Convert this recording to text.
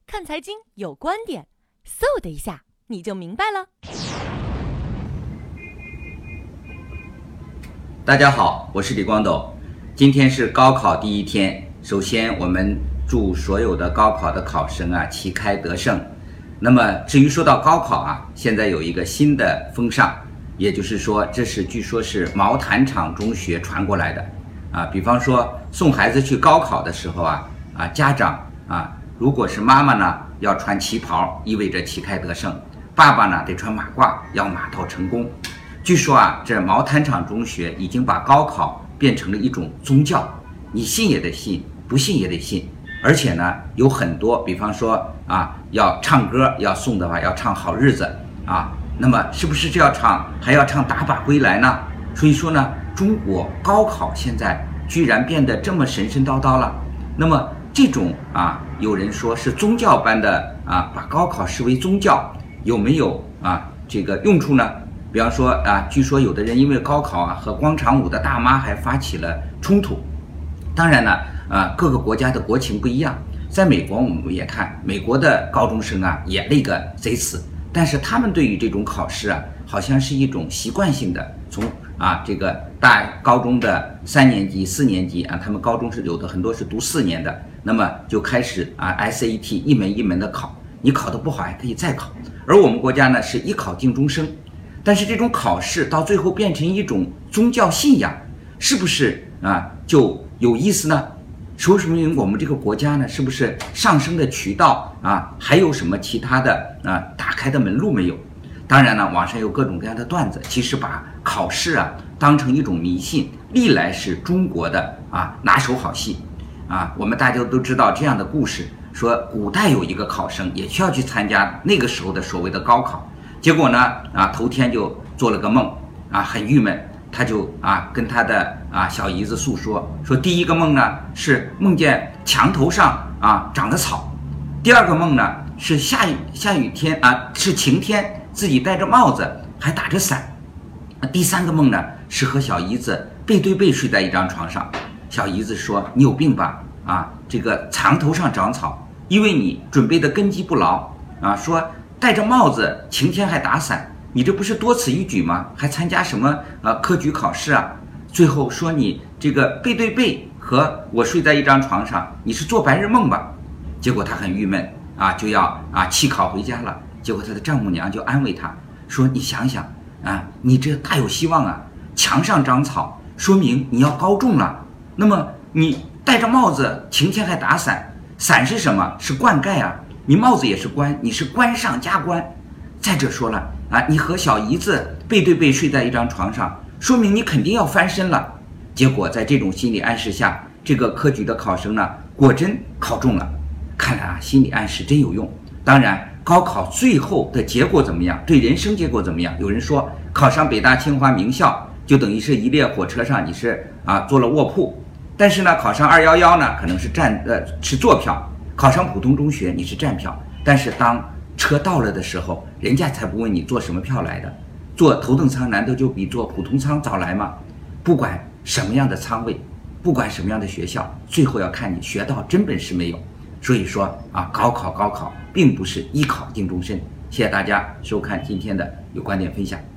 看财经有观点，嗖的一下你就明白了。 大家好，我是李光斗。今天是高考第一天，首先我们祝所有的高考的考生旗开得胜。那么至于说到高考现在有一个新的风尚，也就是说这是据说是毛坦厂中学传过来的比方说送孩子去高考的时候家长如果是妈妈呢要穿旗袍，意味着旗开得胜；爸爸呢得穿马褂，要马到成功。据说这毛坦厂中学已经把高考变成了一种宗教，你信也得信，不信也得信。而且呢有很多，比方说要唱歌，要送的话要唱好日子那么是不是这要唱还要唱打靶归来呢？所以说呢，中国高考现在居然变得这么神神叨叨了。那么这种有人说是宗教般的把高考视为宗教，有没有这个用处呢？比方说据说有的人因为高考和广场舞的大妈还发起了冲突。当然呢各个国家的国情不一样，在美国我们也看美国的高中生也累个贼死，但是他们对于这种考试好像是一种习惯性的，从这个大高中的3年级4年级他们高中是有的很多是读4年的，那么就开始SAT 一门一门的考，你考得不好还可以再考。而我们国家呢是一考定终生，但是这种考试到最后变成一种宗教信仰，是不是就有意思呢？说明我们这个国家呢是不是上升的渠道还有什么其他的打开的门路没有？当然呢网上有各种各样的段子，其实把考试当成一种迷信，历来是中国的拿手好戏我们大家都知道这样的故事，说古代有一个考生也需要去参加那个时候的所谓的高考，结果呢头天就做了个梦很郁闷，他就跟他的小姨子诉说，说第一个梦呢是梦见墙头上长了草，第二个梦呢是下雨天是晴天，自己戴着帽子还打着伞，第三个梦呢是和小姨子背对背睡在一张床上。小姨子说你有病吧这个墙头上长草，因为你准备的根基不牢说戴着帽子晴天还打伞，你这不是多此一举吗？还参加什么科举考试最后说你这个背对背和我睡在一张床上，你是做白日梦吧？结果他很郁闷就要弃考回家了。结果他的丈母娘就安慰他说你想想你这大有希望墙上长草说明你要高中了，那么你戴着帽子晴天还打伞，伞是什么？是灌溉你帽子也是官，你是官上加官。再者说了你和小姨子背对背睡在一张床上，说明你肯定要翻身了。结果在这种心理暗示下，这个科举的考生呢果真考中了。看来心理暗示真有用。当然高考最后的结果怎么样，对人生结果怎么样，有人说考上北大清华名校就等于是一列火车上你是坐了卧铺，但是呢考上211呢可能是是坐票，考上普通中学你是站票，但是当车到了的时候，人家才不问你坐什么票来的。坐头等舱难道就比坐普通舱早来吗？不管什么样的舱位，不管什么样的学校，最后要看你学到真本事没有。所以说高考并不是一考定终身。谢谢大家收看今天的有观点分享。